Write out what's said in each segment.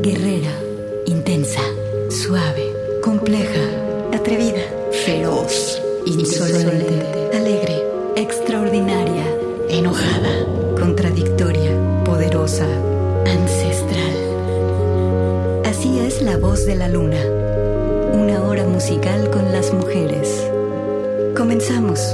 Guerrera, intensa, suave, compleja, atrevida, feroz, insolente, alegre, extraordinaria, enojada, contradictoria, poderosa, ancestral. Así es la voz de la luna. Una hora musical con las mujeres. Comenzamos.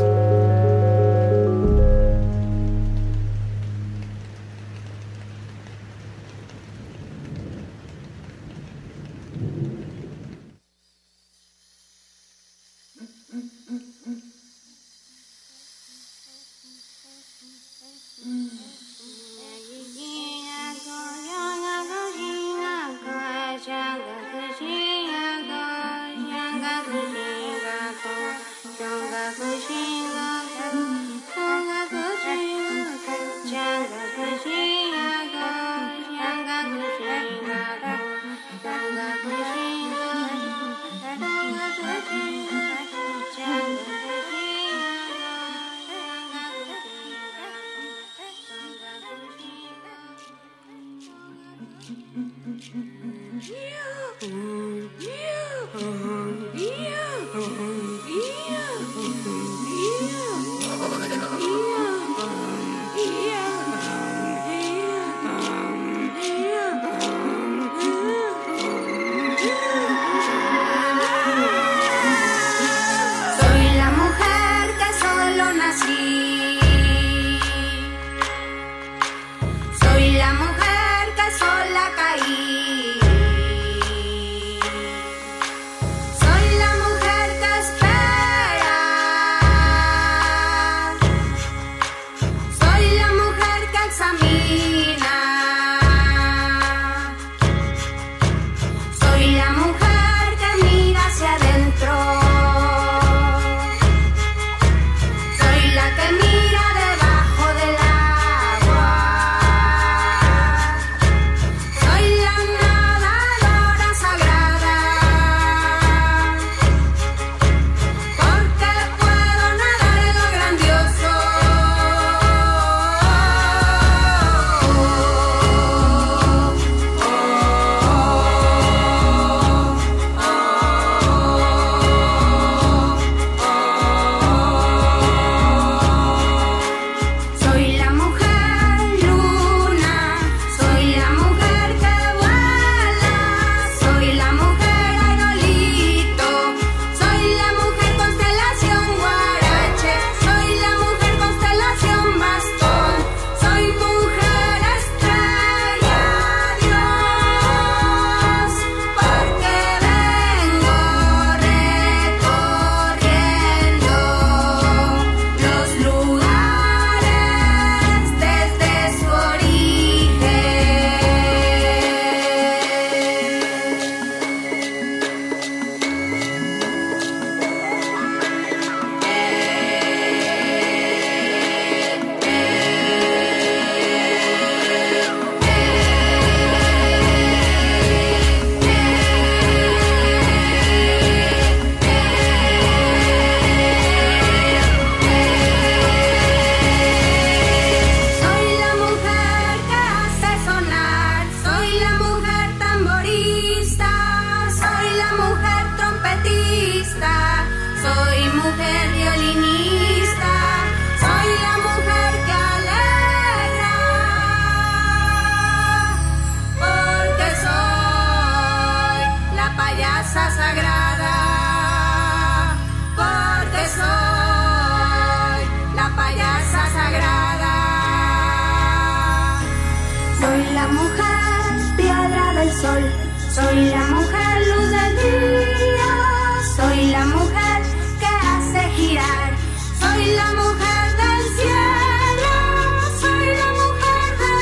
Soy la mujer luz del día, soy la mujer que hace girar, soy la mujer del cielo, soy la mujer de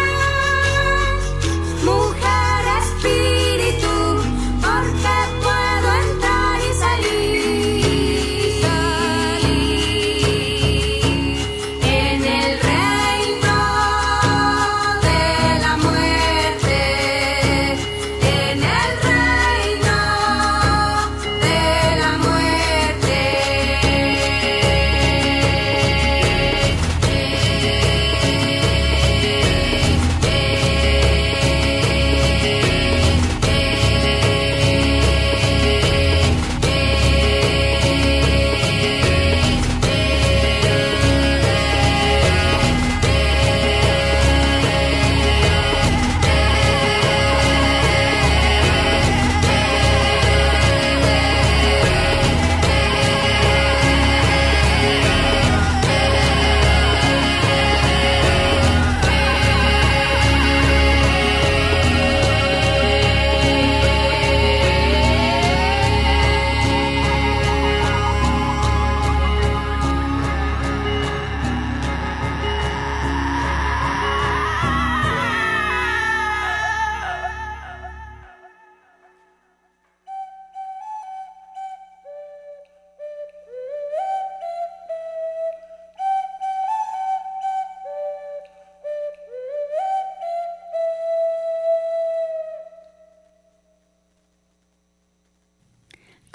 bien, mujer espíritu, porque puedo entrar y salir en el reino de la muerte, en el reino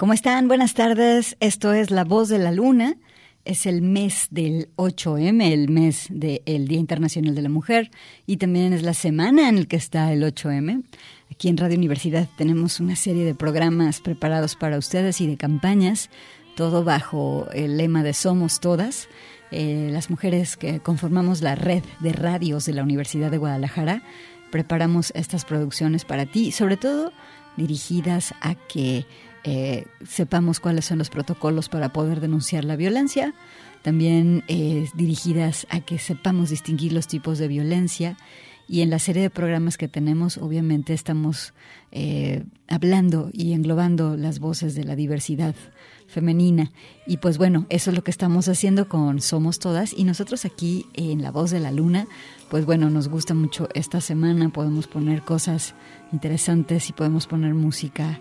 ¿Cómo están? Buenas tardes. Esto es La Voz de la Luna. Es el mes del 8M, el mes del Día Internacional de la Mujer, y también es la semana en la que está el 8M. Aquí en Radio Universidad tenemos una serie de programas preparados para ustedes y de campañas, todo bajo el lema de Somos Todas. Las mujeres que conformamos la red de radios de la Universidad de Guadalajara preparamos estas producciones para ti, sobre todo dirigidas a que sepamos cuáles son los protocolos para poder denunciar la violencia, también dirigidas a que sepamos distinguir los tipos de violencia, y en la serie de programas que tenemos obviamente estamos hablando y englobando las voces de la diversidad femenina, y pues bueno, eso es lo que estamos haciendo con Somos Todas, y nosotros aquí en La Voz de la Luna, pues bueno, nos gusta mucho esta semana, podemos poner cosas interesantes y podemos poner música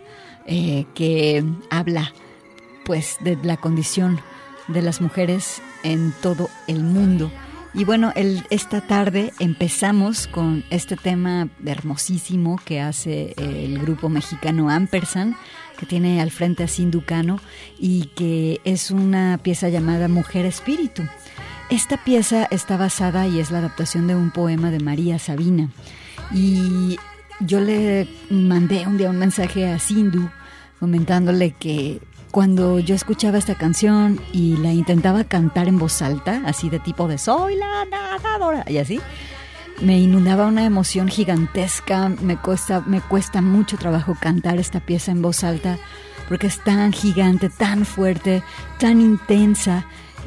que habla pues de la condición de las mujeres en todo el mundo. Y bueno, esta tarde empezamos con este tema hermosísimo que hace el grupo mexicano Ampersand, que tiene al frente a Sindhu Cano, y que es una pieza llamada Mujer Espíritu. Esta pieza está basada y es la adaptación de un poema de María Sabina. Y yo le mandé un día un mensaje a Sindhu comentándole que cuando yo escuchaba esta canción y la intentaba cantar en voz alta, así de tipo de soy la nadadora y así, me inundaba una emoción gigantesca. Me cuesta mucho trabajo cantar esta pieza en voz alta porque es tan gigante, tan fuerte, tan intensa,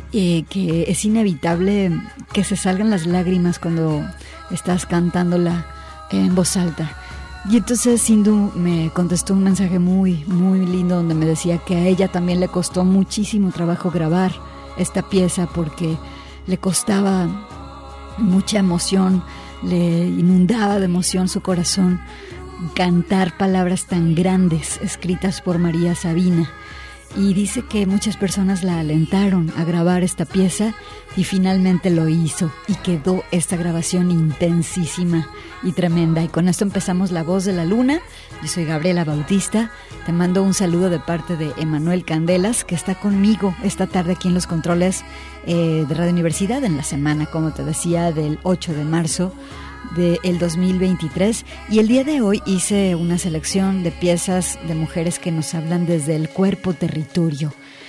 que es inevitable que se salgan las lágrimas cuando estás cantándola en voz alta. Y entonces Sindhu me contestó un mensaje muy, muy lindo donde me decía que a ella también le costó muchísimo trabajo grabar esta pieza porque le costaba mucha emoción, le inundaba de emoción su corazón cantar palabras tan grandes escritas por María Sabina. Y dice que muchas personas la alentaron a grabar esta pieza y finalmente lo hizo y quedó esta grabación intensísima y tremenda. Y con esto empezamos La Voz de la Luna. Yo soy Gabriela Bautista. Te mando un saludo de parte de Emanuel Candelas, que está conmigo esta tarde aquí en los controles de Radio Universidad en la semana, como te decía, del 8 de marzo del 2023, y el día de hoy hice una selección de piezas de mujeres que nos hablan desde el cuerpo territorio.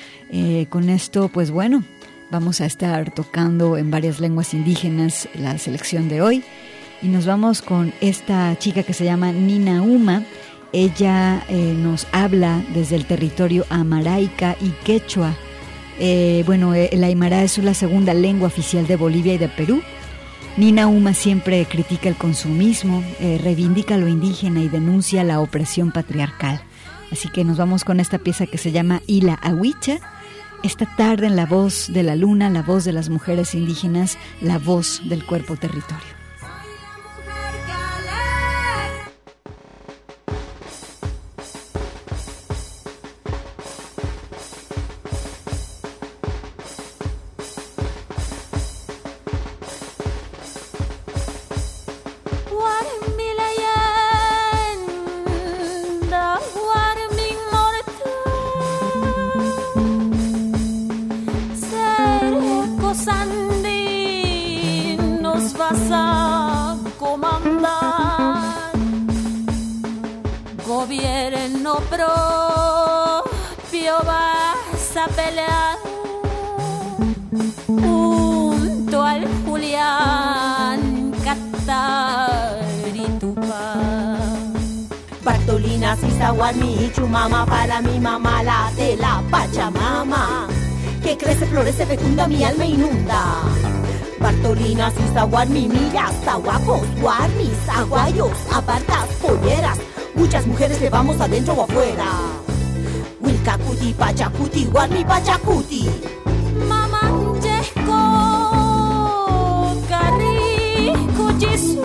Con esto, pues bueno, vamos a estar tocando en varias lenguas indígenas la selección de hoy, y nos vamos con esta chica que se llama Nina Uma. Ella nos habla desde el territorio amaraica y quechua. El aymara es la segunda lengua oficial de Bolivia y de Perú. Nina Uma siempre critica el consumismo, reivindica lo indígena y denuncia la opresión patriarcal. Así que nos vamos con esta pieza que se llama Ila Ahuicha. Esta tarde en La Voz de la Luna, la voz de las mujeres indígenas, la voz del cuerpo territorio. Gobierno propio vas a pelear junto al Julián Cataritupa. Bartolina Sisaguarmi, Chumama, para mi mamá, la de la Pachamama, que crece, florece, fecunda, mi alma inunda. Bartolina Sisaguarmi, millas, tahuacos, guarmis, aguayos, apartas, polleras, muchas mujeres que vamos adentro o afuera. Wilcacuti, Pachacuti, Guarmi, Pachacuti. Mamanchesco, Carrico, Jesús.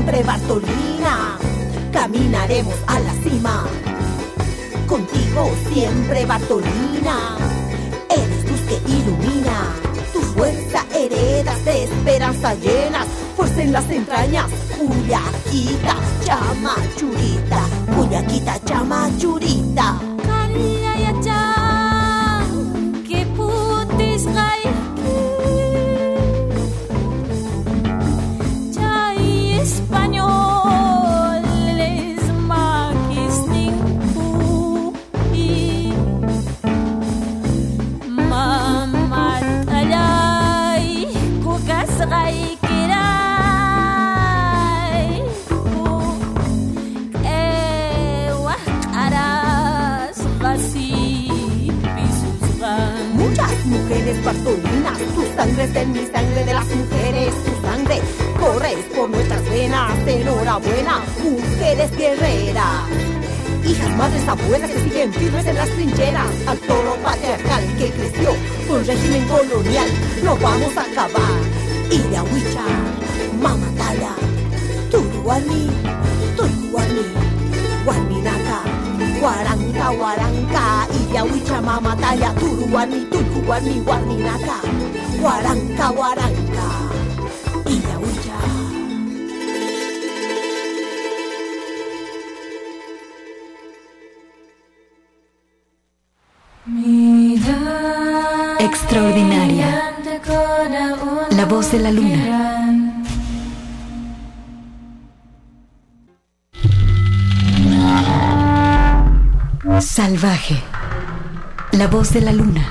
siempre, Bartolina. Caminaremos a la cima. Contigo siempre, Bartolina. Eres luz que ilumina. Tu fuerza heredas de esperanza llenas. Fuerza en las entrañas. Cuyaquita, chamachurita. Cuyaquita, chamachurita. Mujeres bartolinas, tu sangre es en mi sangre, de las mujeres, tu sangre corres por nuestras venas. Enhorabuena, mujeres guerreras, hijas, madres, abuelas que siguen firmes en las trincheras. Al toro patriarcal que creció con régimen colonial, lo vamos a acabar. Y de Huicha, mamatala, turuani, guaminaka, guaranca, guaranca. Y de Huicha, mamatala, turuani, guarninaka, guaranca, guaranca. Y de Huicha. Extraordinaria. La voz de la luna. Salvaje. La voz de la luna.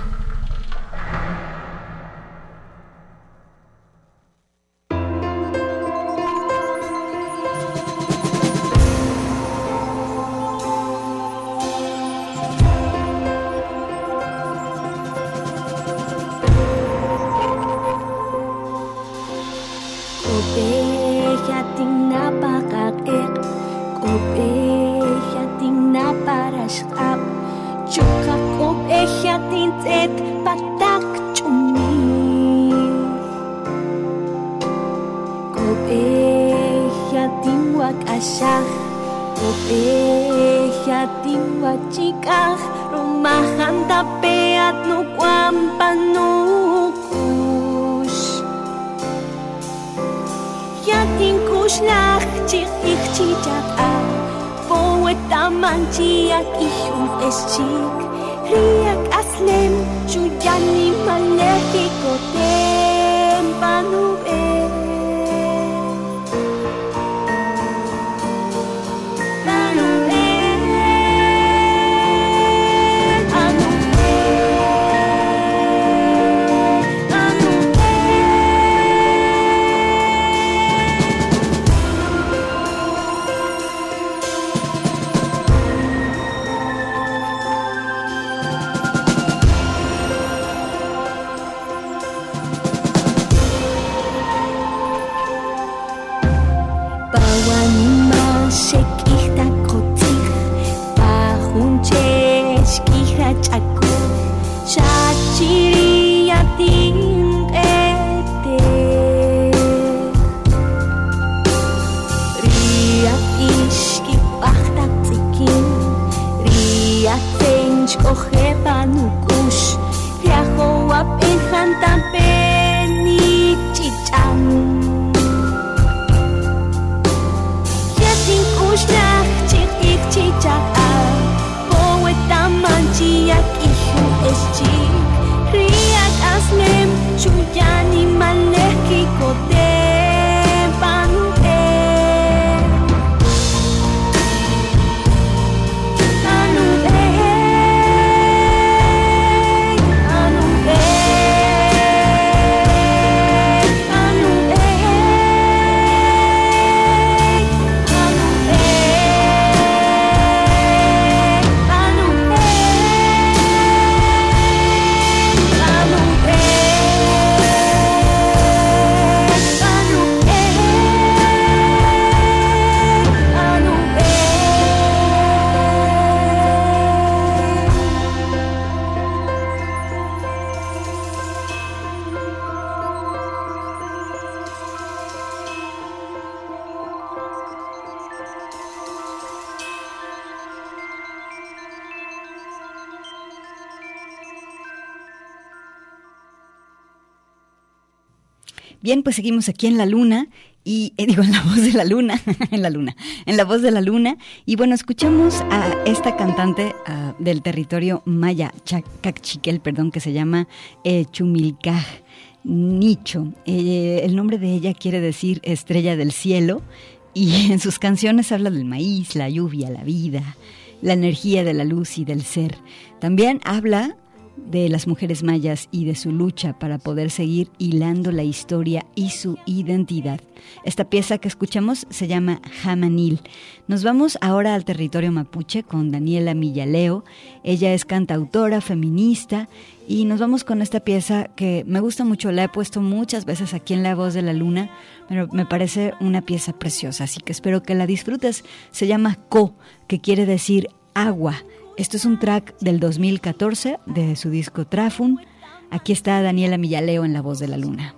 Bien, pues seguimos aquí en la luna y digo en la voz de la luna, en la voz de la luna. Y bueno, escuchamos a esta cantante del territorio maya Cachiquel, que se llama Chumilcaj Nicho. El nombre de ella quiere decir estrella del cielo y en sus canciones habla del maíz, la lluvia, la vida, la energía de la luz y del ser. También habla de las mujeres mayas y de su lucha para poder seguir hilando la historia y su identidad. Esta pieza que escuchamos se llama Jamanil. Nos vamos ahora al territorio mapuche con Daniela Millaleo. Ella es cantautora, feminista, y nos vamos con esta pieza que me gusta mucho. La he puesto muchas veces aquí en La Voz de la Luna, pero me parece una pieza preciosa, así que espero que la disfrutes. Se llama Co, que quiere decir agua. Esto es un track del 2014 de su disco Trafun. Aquí está Daniela Millaleo en La Voz de la Luna.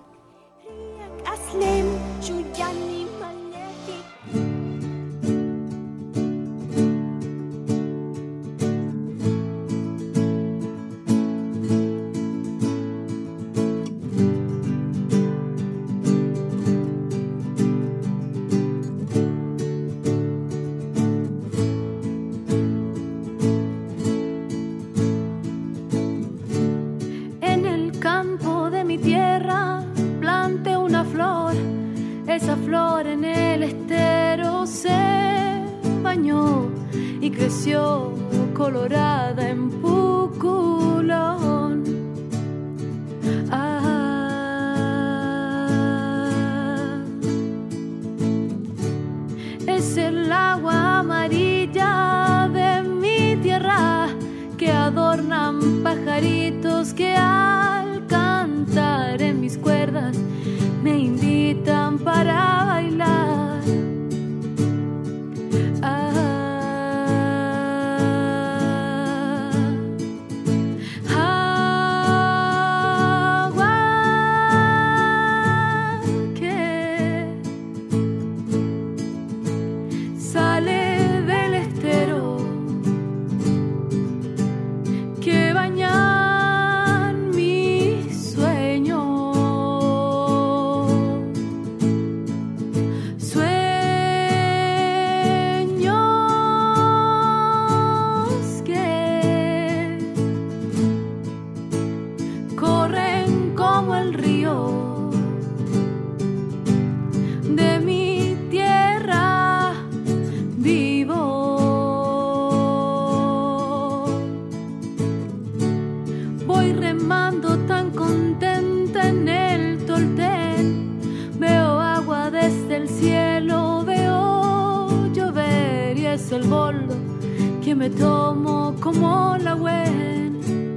Esa flor en el estero se bañó y creció colorada en Puculón. Es el agua amarilla de mi tierra que adornan pajaritos que al cantar en mis cuerdas me invitan para bailar. Agua que sale del estero, que bañan mis sueños. El boldo que me tomo como la Gwen.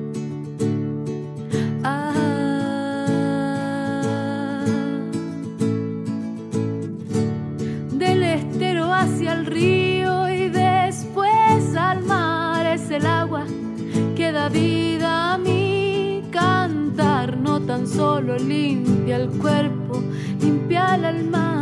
Del estero hacia el río y después al mar. Es el agua que da vida a mi cantar. No tan solo limpia el cuerpo, limpia el alma.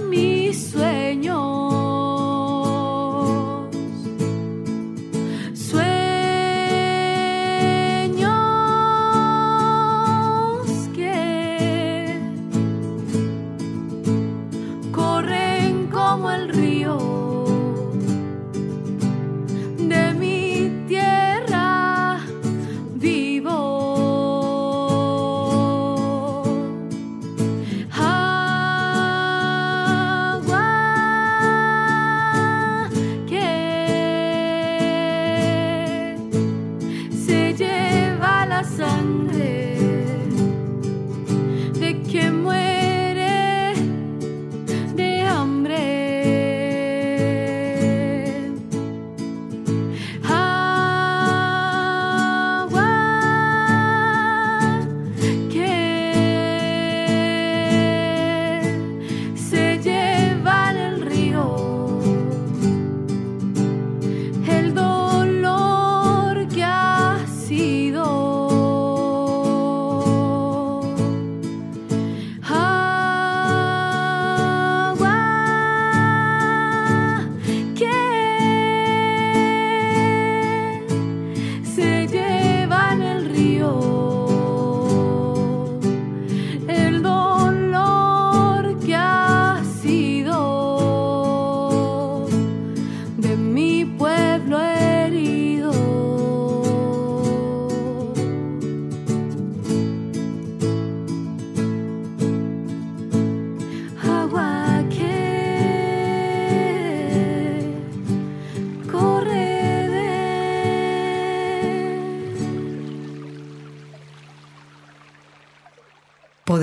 Sueños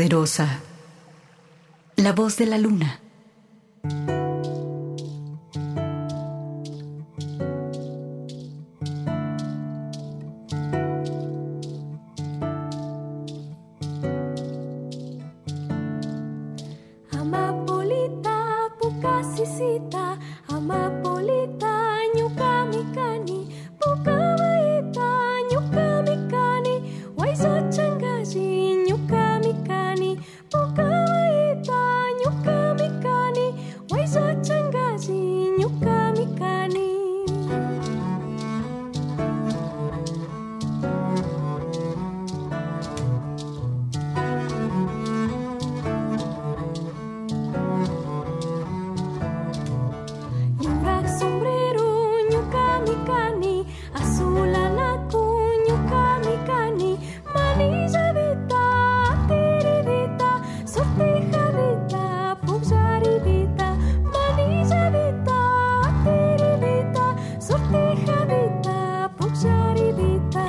poderosa, la voz de la luna. Amapolita, pucasisita, amapolita, ñukamikani, pukawaita, ñukamikani, waisachangashi, ñukamikani, pukawaita, ñukamikani, waisachangashi, ñukamikani. Yurak sombrero, ñukamikani, azul anaku, ñukamikani, manilladita, tiridita, sortijadita, pulsaridita, manilladita, tiridita, sortijadita, pulsaridita.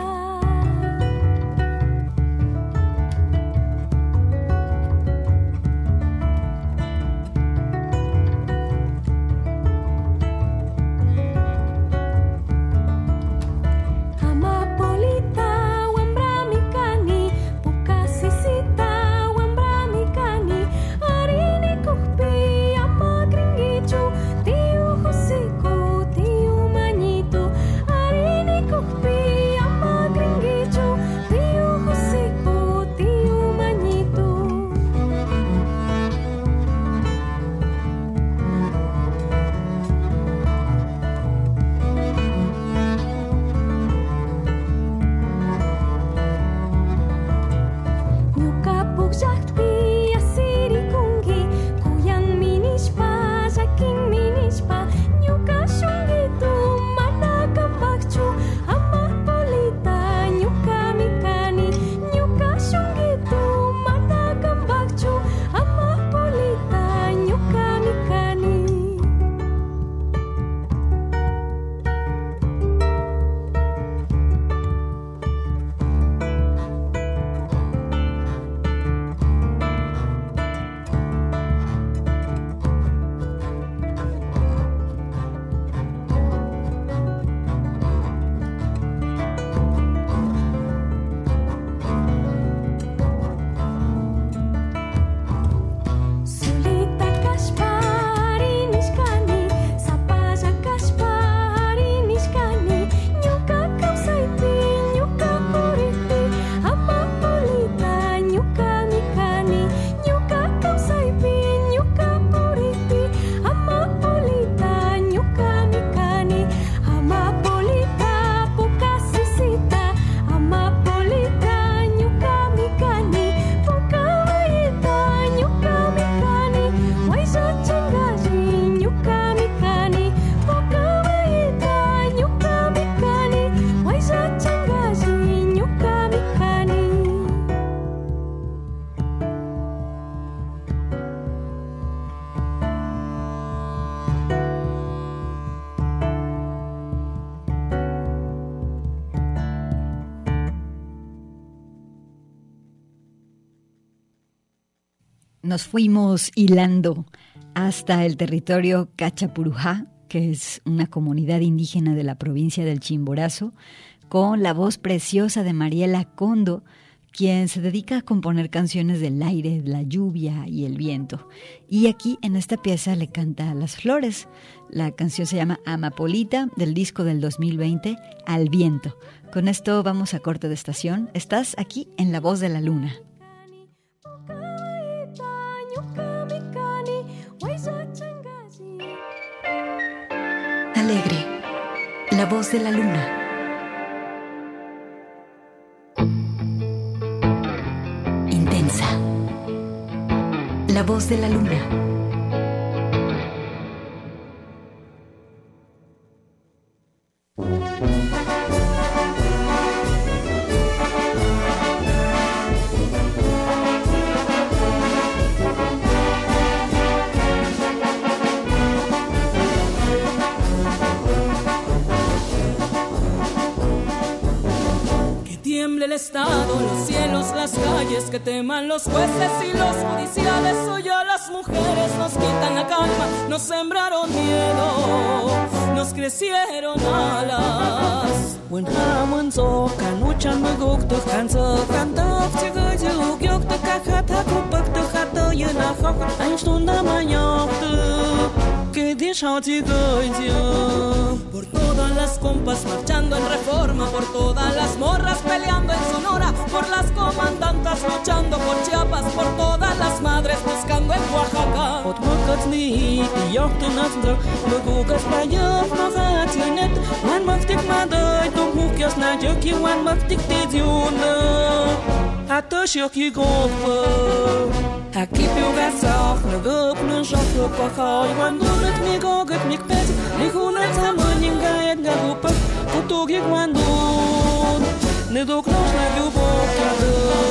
Amapolita, wambramikani, pucasisita, wambramikani, arini kuhpi, amagringichu, tiu hosiku, tiu mañitu, arini kuhpi, amagringichu, tiu hosiku, tiu mañitu. Ñuka llaqpi asirikunki, kuyan minishpa, llakin minishpa, ñuka shunqitu mana kanpaqchu, amapolita, ñukamikani, ñuka shunqitu mana kanpaqchu, amapolita, ñukamikani. Solita kashpari nishkani, sapalla kashpari nishkani, ñuka kawsaypi, ñuka puriypi, amapolita, ñukamikani, ñuka kawsaypi, ñuka puriypi, amapolita, ñukamikani, amapolita, pucasisita, amapolita, ñukamikani, pukawaita, ñukamikani, waisachangashi, ñukamikani, pukawaita, ñukamikani, waisachangashi, ñukamikani. Nos fuimos hilando hasta el territorio Cachapurujá, que es una comunidad indígena de la provincia del Chimborazo, con la voz preciosa de Mariela Condo, quien se dedica a componer canciones del aire, la lluvia y el viento. Y aquí en esta pieza le canta a las flores. La canción se llama Amapolita, del disco del 2020, Al viento. Con esto vamos a corte de estación. Estás aquí en La Voz de la Luna. Alegre, la voz de la luna. Intensa, la voz de la luna. tiemble estado, los cielos, las calles, que teman los jueces y los judiciales. Hoy a las mujeres nos quitan la calma, nos sembraron miedo, nos crecieron alas. When Haman zo kanuchan maguk to hanzo kantok chigo juk yok to kakata kupak to hato yuna hok einstunda mayok que disho chigo yo. Por todas las compas marchando en Reforma, por todas las morras peleando en Sonora, por las comandantas luchando por Chiapas, por todas las madres buscando en Oaxaca. Ot makats ni yok to nasdro magukas payok magatinet man maktik madoy to hukyos na joki wan maktik tediuna ato shoki gopo Aquí piugasok na gop na shok ko khoy wan dulet mi goget mi pet ni hunat samonin gaet gagupa kutugi wan dun ne dok nos na ljubov kadu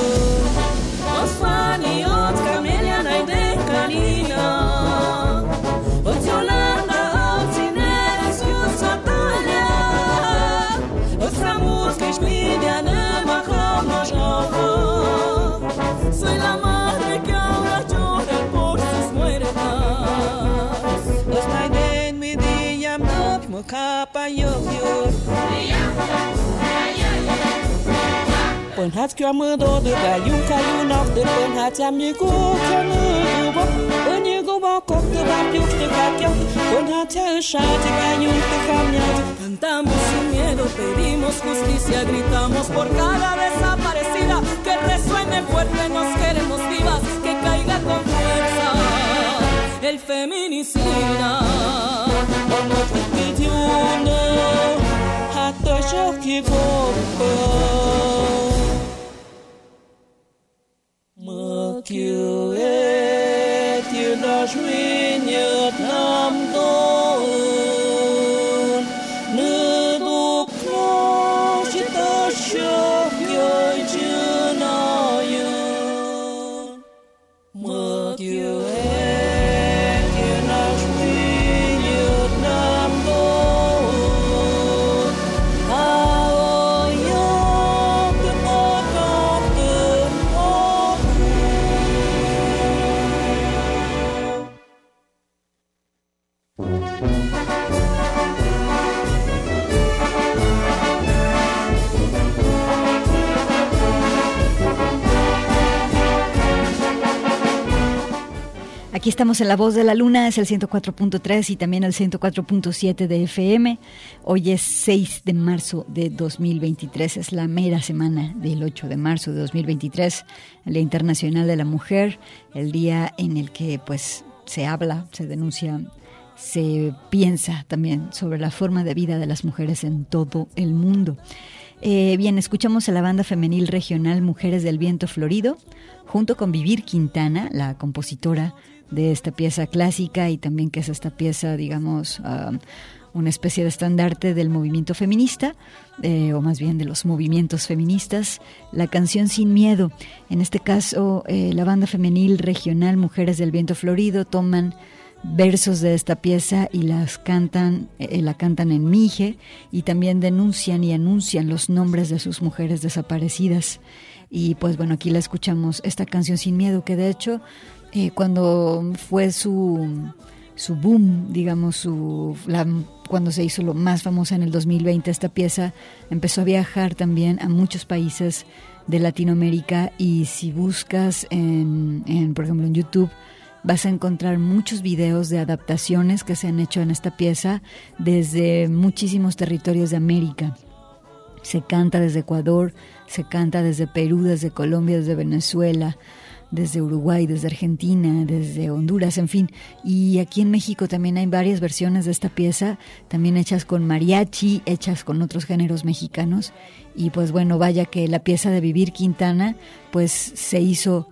Osvani od kamelja najde kanina od Jolanda od Cineres od Satalia od Samurskiej śpiwiane machom na żocho Soy la madre que ahora llora por sus muertas Os najden mi diyam dok mo kapayok yor Pơn hát cho mưa đô được là dung ca dung nọc từ pơn hát chăm như cô cho mưa bốc Pơn như cô bó cốc từ bám dục từ khát chốc Pơn hát cha xa thì ca dung từ khám nhau Cantamos sin miedo, pedimos justicia, gritamos por cada desaparecida Que resuene fuerte, nos queremos vivas, que caiga con fuerza el feminicida Pơn hát thật kỳ dung nơ hát tôi chốc khi vô pơn Mơ kiều ê tiêu đo suy nhật năm tôn Nữ đục nó chỉ tớ chốc dời chưa nào yên Mơ kiều ê tiêu đo suy nhật năm tôn Ôi ôi tôi có con từng ốc Aquí estamos en La Voz de la Luna, es el 104.3 y también el 104.7 de FM. Hoy es 6 de marzo de 2023, es la mera semana del 8 de marzo de 2023, el Día Internacional de la Mujer, el día en el que pues se habla, se denuncia, se piensa también sobre la forma de vida de las mujeres en todo el mundo. Bien, escuchamos a la banda femenil regional Mujeres del Viento Florido, junto con Vivir Quintana, la compositora de esta pieza clásica y también que es esta pieza, digamos, una especie de estandarte del movimiento feminista, o más bien de los movimientos feministas, la canción Sin Miedo. En este caso, la banda femenil regional Mujeres del Viento Florido toman versos de esta pieza y la cantan en mije y también denuncian y anuncian los nombres de sus mujeres desaparecidas. Y pues bueno, aquí la escuchamos, esta canción Sin Miedo, que de hecho cuando fue su boom, digamos, cuando se hizo lo más famosa en el 2020, esta pieza empezó a viajar también a muchos países de Latinoamérica y si buscas por ejemplo en YouTube vas a encontrar muchos videos de adaptaciones que se han hecho en esta pieza desde muchísimos territorios de América. Se canta desde Ecuador, se canta desde Perú, desde Colombia, desde Venezuela, desde Uruguay, desde Argentina, desde Honduras, en fin. Y aquí en México también hay varias versiones de esta pieza, también hechas con mariachi, hechas con otros géneros mexicanos. Y pues bueno, vaya que la pieza de Vivir Quintana pues se hizo,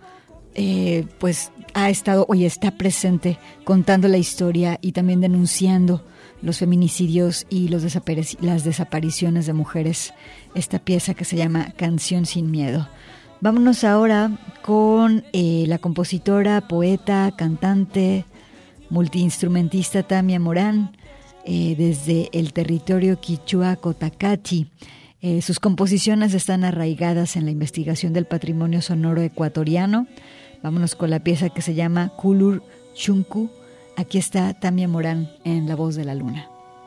pues ha estado, hoy está presente contando la historia y también denunciando los feminicidios y las desapariciones de mujeres. Esta pieza que se llama Canción Sin Miedo. Vámonos ahora con la compositora, poeta, cantante, multiinstrumentista Tamia Morán, desde el territorio quichua Cotacachi. Sus composiciones están arraigadas en la investigación del patrimonio sonoro ecuatoriano. Vámonos con la pieza que se llama Kulur Chunku. Aquí está Tamia Morán en La Voz de la Luna.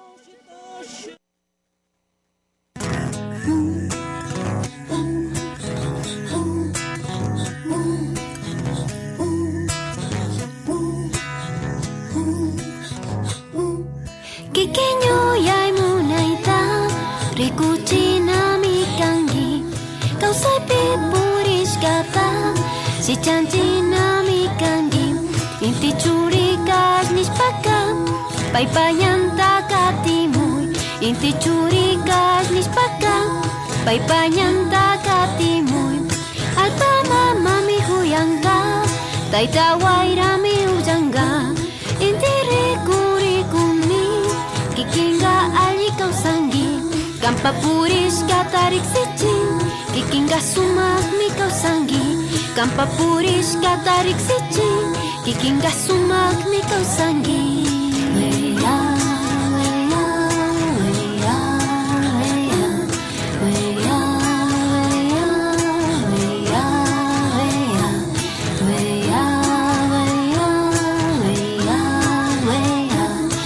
Kikinyo yay munaita Rikuchina mi kangi Kausay pipurish kata Si chanchina mi kangi Inti churikas nispaka Paipanyanta katimuy Inti churikas nispaka Paipanyanta katimuy Alpa mama mi huyanga Taita waira mi ujanga Inti rikurikumi Kikinga ali kausangi Kampa puris katarik sichin Kikinga sumak mi kausangi Kampa puris katarik sichin Kikinga sumak mi kausangi Weya, weya, weya, weya Weya, weya, weya, weya Weya, weya, weya, weya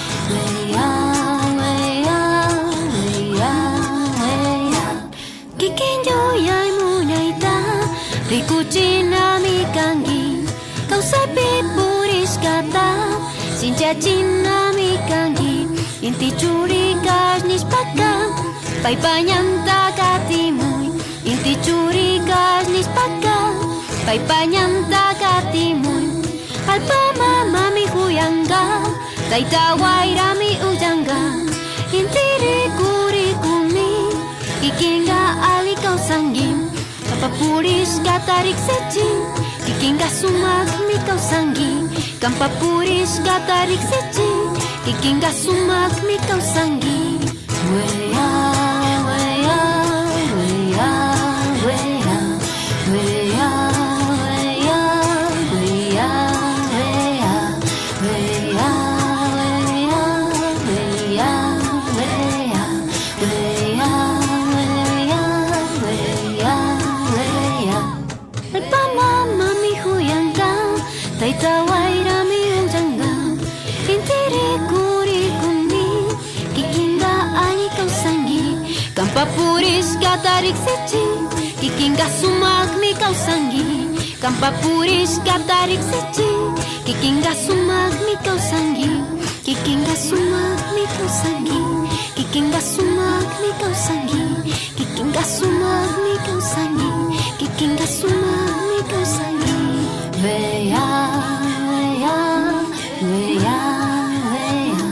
Kikinyo yay munaita Rikuchina mi kangi Kausay pipuris kata Sinchachina mi kangi Inti churikas nispaka Paipanyanta katimuy Inti churikas nispaka Paipanyanta katimuy Alpa mama mi huyanga Taita waira mi ujanga Inti rikurikumi Kikinga ali kausangim Kampapuris katarik sechin Kikinga sumak mi kausangi Kampapuris katarik sechin Kikinga sumak mi kausangi Weya, weya, weya, weya Weya, weya, weya, weya Weya, weya, weya, weya Weya, weya, weya, weya Alpa mama mi huyanga Taita waira mi ujanga Intiri kurikumi Kikinga ali kausangi Kampa puris katarik sechi Kikinga sumak mi kausangi Kampa puris katarik sechi Kikinga sumak mi kausangi Kikinga sumak mi kausangi Kikinga sumak mi kausangi Kikinga sumak mi kausangi Kikinga sumak mi kausangi Weya, weya, weya, weya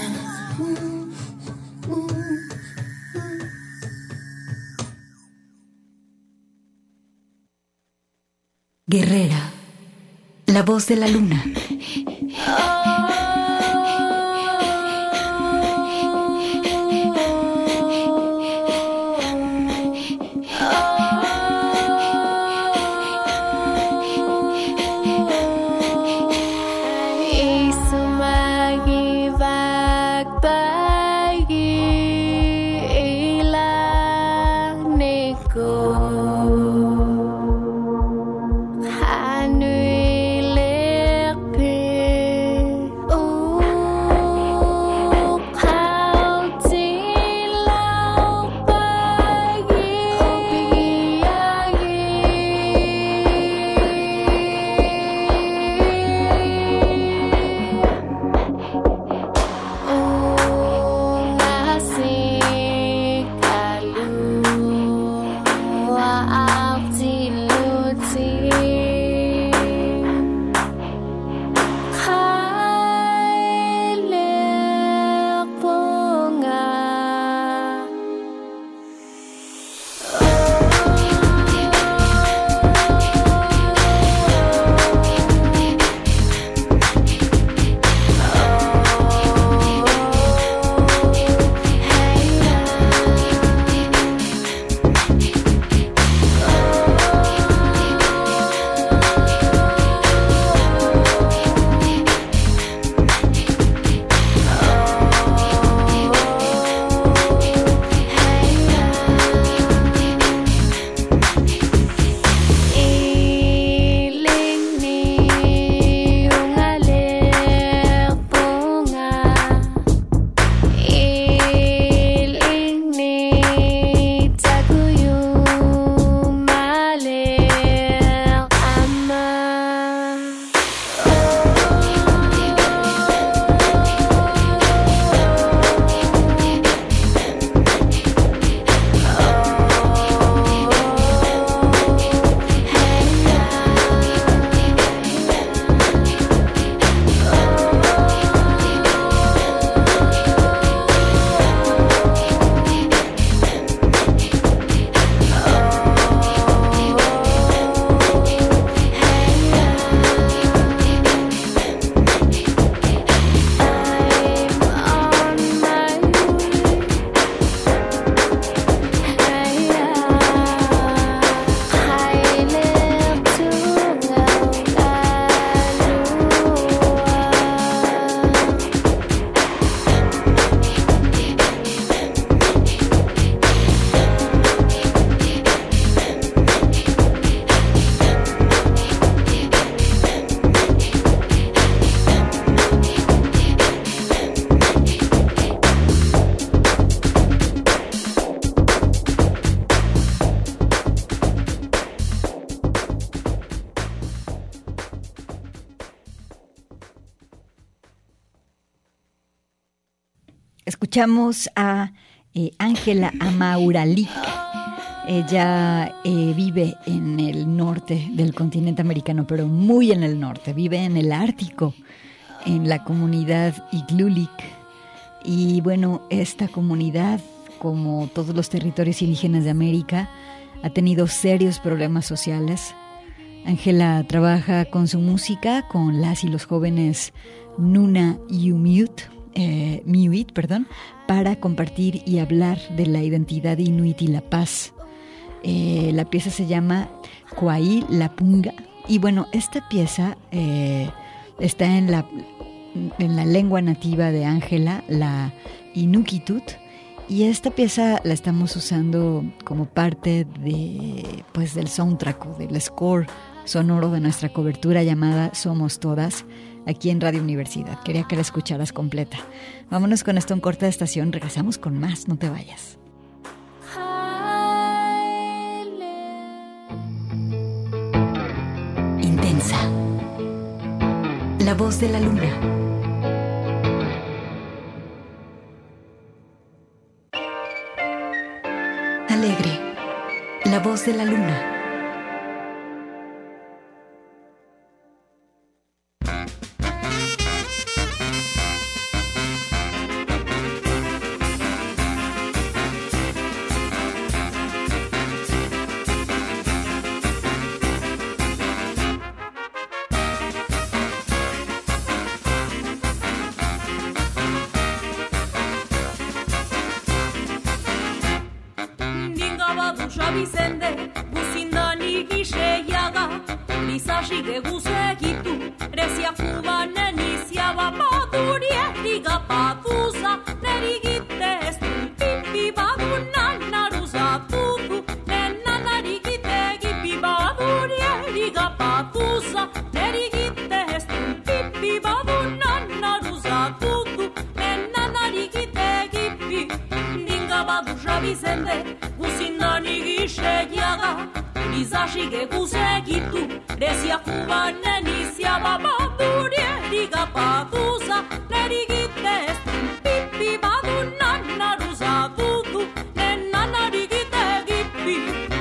Guerrera, la voz de la luna. Escuchamos a Ángela Amauralik. Ella vive en el norte del continente americano, pero muy en el norte. Vive en el Ártico, en la comunidad Iglulik. Y bueno, esta comunidad, como todos los territorios indígenas de América, ha tenido serios problemas sociales. Ángela trabaja con su música, con las y los jóvenes Nuna Miuit, para compartir y hablar de la identidad inuit y la paz. La pieza se llama Kuai Lapunga. Y bueno, esta pieza está en la lengua nativa de Ángela, la Inuktitut. Y esta pieza la estamos usando como parte del soundtrack o del score sonoro de nuestra cobertura llamada Somos Todas, aquí en Radio Universidad. Quería que la escucharas completa. Vámonos con esto en corta de estación. Regresamos con más, no te vayas. Intensa. La voz de la luna. Alegre, la voz de la luna. Vicente, guzindani giseiaga, lizasik eguzegitu, rezia kubanen iziaba, badurieriga paduza, nerigite ez du, pipi badunan naruza dudu, nenanarigite gipi badurieriga paduza, nerigite ez du, pipi badunan naruza dudu, nenanarigite gipi, dinga baduza Vicente, guzindani giseiaga, lizasik eguzegitu, rezia kubanen iziaba, badurieriga paduza, nerigite ez du, pipi badunan naruza dudu, nenanarigite gipi.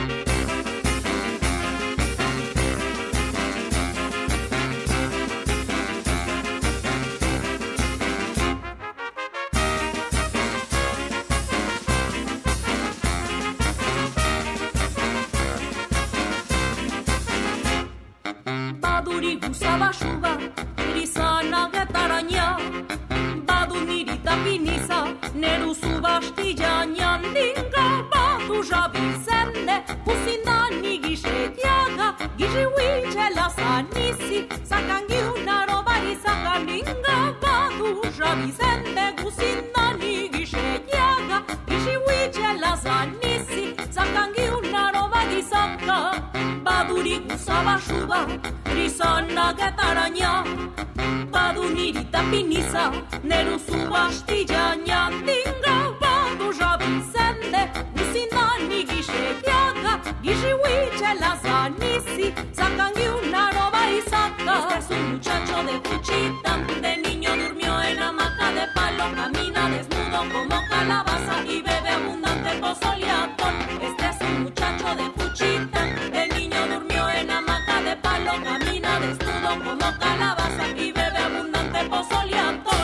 Baduri guzaba suga, lizana getaraina, badu niri tapiniza, neru zubastilla niandinga, badu jabizende, guzindani gisetiaga, giziuitxela zanizi, zakangi unaro bari zakaninga, badu jabizende, guzindani gisetiaga, giziuitxela zanizi, zakangi unaro bari zaka, baduri guzaba suga, lizana getaraina, badu niri tapiniza, neru zubastilla niandinga, badu jabizende, guzindani gisetiaga, giziuitxela zanizi, zakangi unaro bai zaka. Este es un muchacho de Juchitán, de niño durmió en hamaca de palo, camina desnudo como calabaza y bebe abundante pozol y atol. Este es un muchacho de Juchitán, de niño durmió en hamaca de palo, camina desnudo como calabaza y bebe abundante pozol y atol.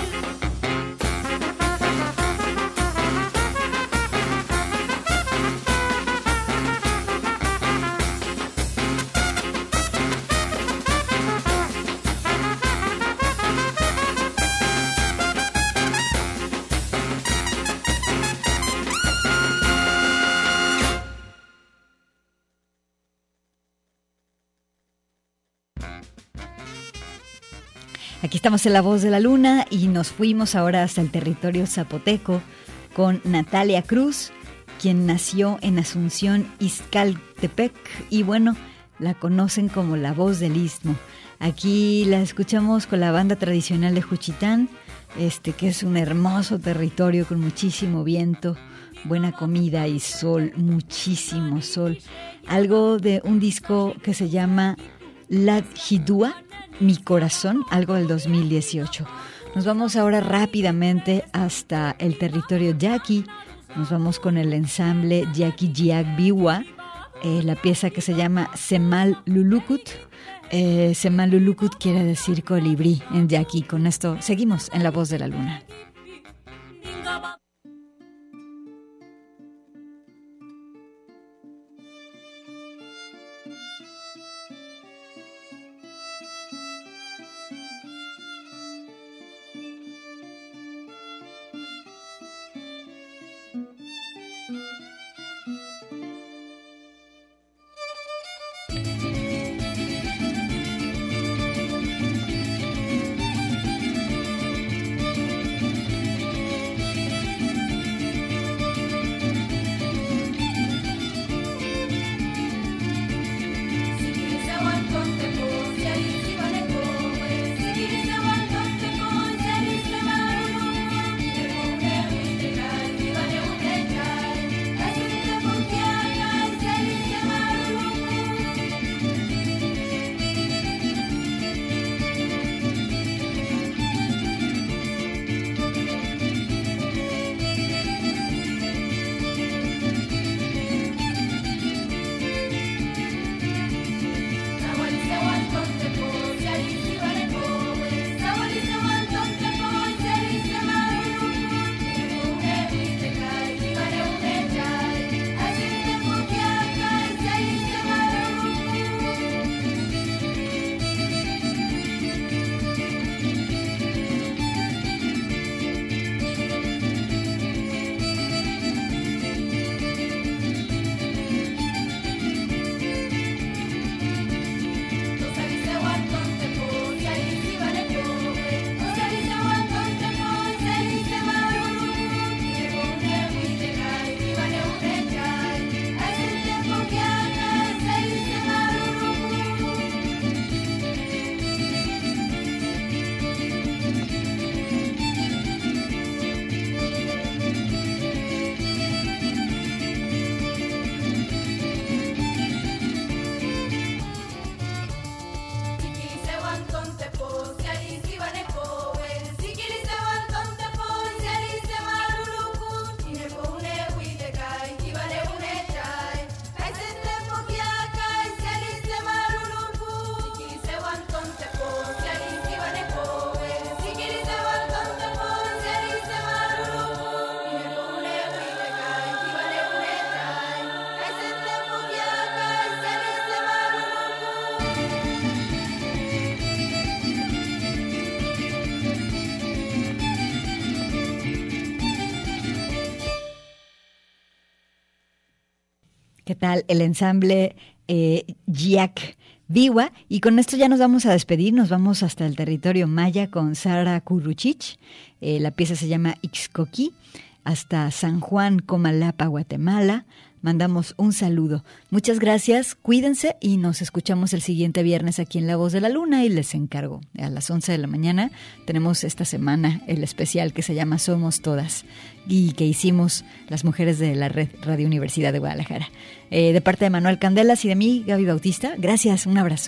Aquí estamos en La Voz de la Luna y nos fuimos ahora hasta el territorio zapoteco con Natalia Cruz, quien nació en Asunción, Izcaltepec, y bueno, la conocen como la voz del Istmo. Aquí la escuchamos con la banda tradicional de Juchitán, que es un hermoso territorio con muchísimo viento, buena comida y sol, muchísimo sol. Algo de un disco que se llama Ladjidúa, Mi Corazón, algo del 2018. Nos vamos ahora rápidamente hasta el territorio yaqui. Nos vamos con el ensamble Yaqui Jiak Biwa, la pieza que se llama Semal Lulukut. Semal Lulukut quiere decir colibrí en yaqui. Con esto seguimos en La Voz de la Luna. ¿Qué tal? El ensamble Jiak Biwa. Y con esto ya nos vamos a despedir. Nos vamos hasta el territorio maya con Sara Kuruchich. La pieza se llama Ixcoquí. Hasta San Juan, Comalapa, Guatemala. Mandamos un saludo. Muchas gracias, cuídense y nos escuchamos el siguiente viernes aquí en La Voz de la Luna y les encargo. A las 11 de la mañana tenemos esta semana el especial que se llama Somos Todas y que hicimos las mujeres de la Red Radio Universidad de Guadalajara. De parte de Manuel Candelas y de mí, Gaby Bautista, gracias, un abrazo.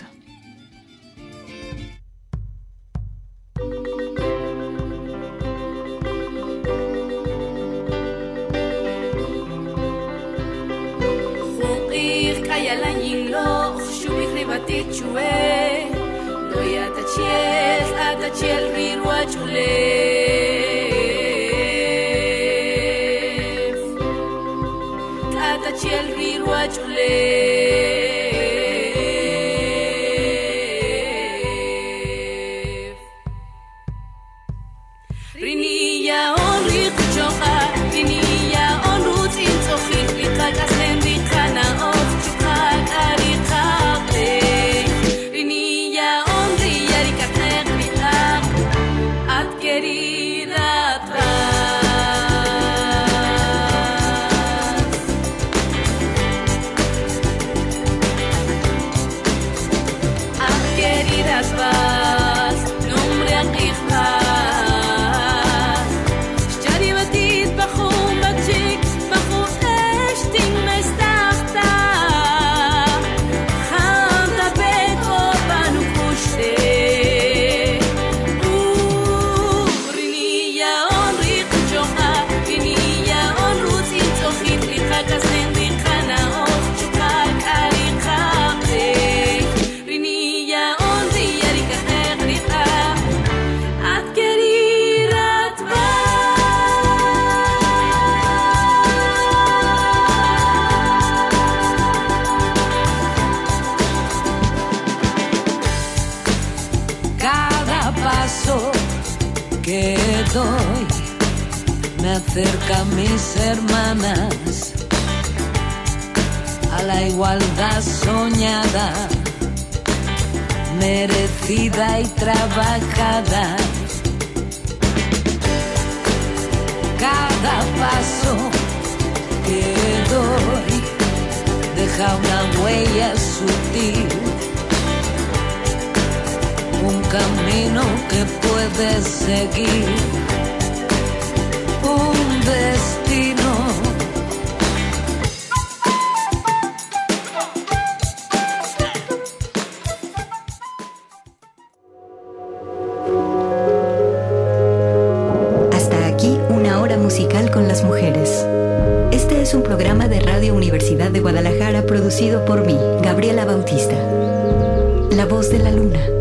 Chue, doy atachiel rirua chule, atachiel rirua chule. Rinilla on ricuchoka, rinilla on roots in sochik, rikakas len rikana of chukak arikate. Querida atrás, me acerca a mis hermanas, a la igualdad soñada, merecida y trabajada. Cada paso que doy deja una huella sutil, un camino que puedes seguir, un destino. Hasta aquí una hora musical con las mujeres. Este es un programa de Radio Universidad de Guadalajara producido por mí, Gabriela Bautista. La voz de la luna.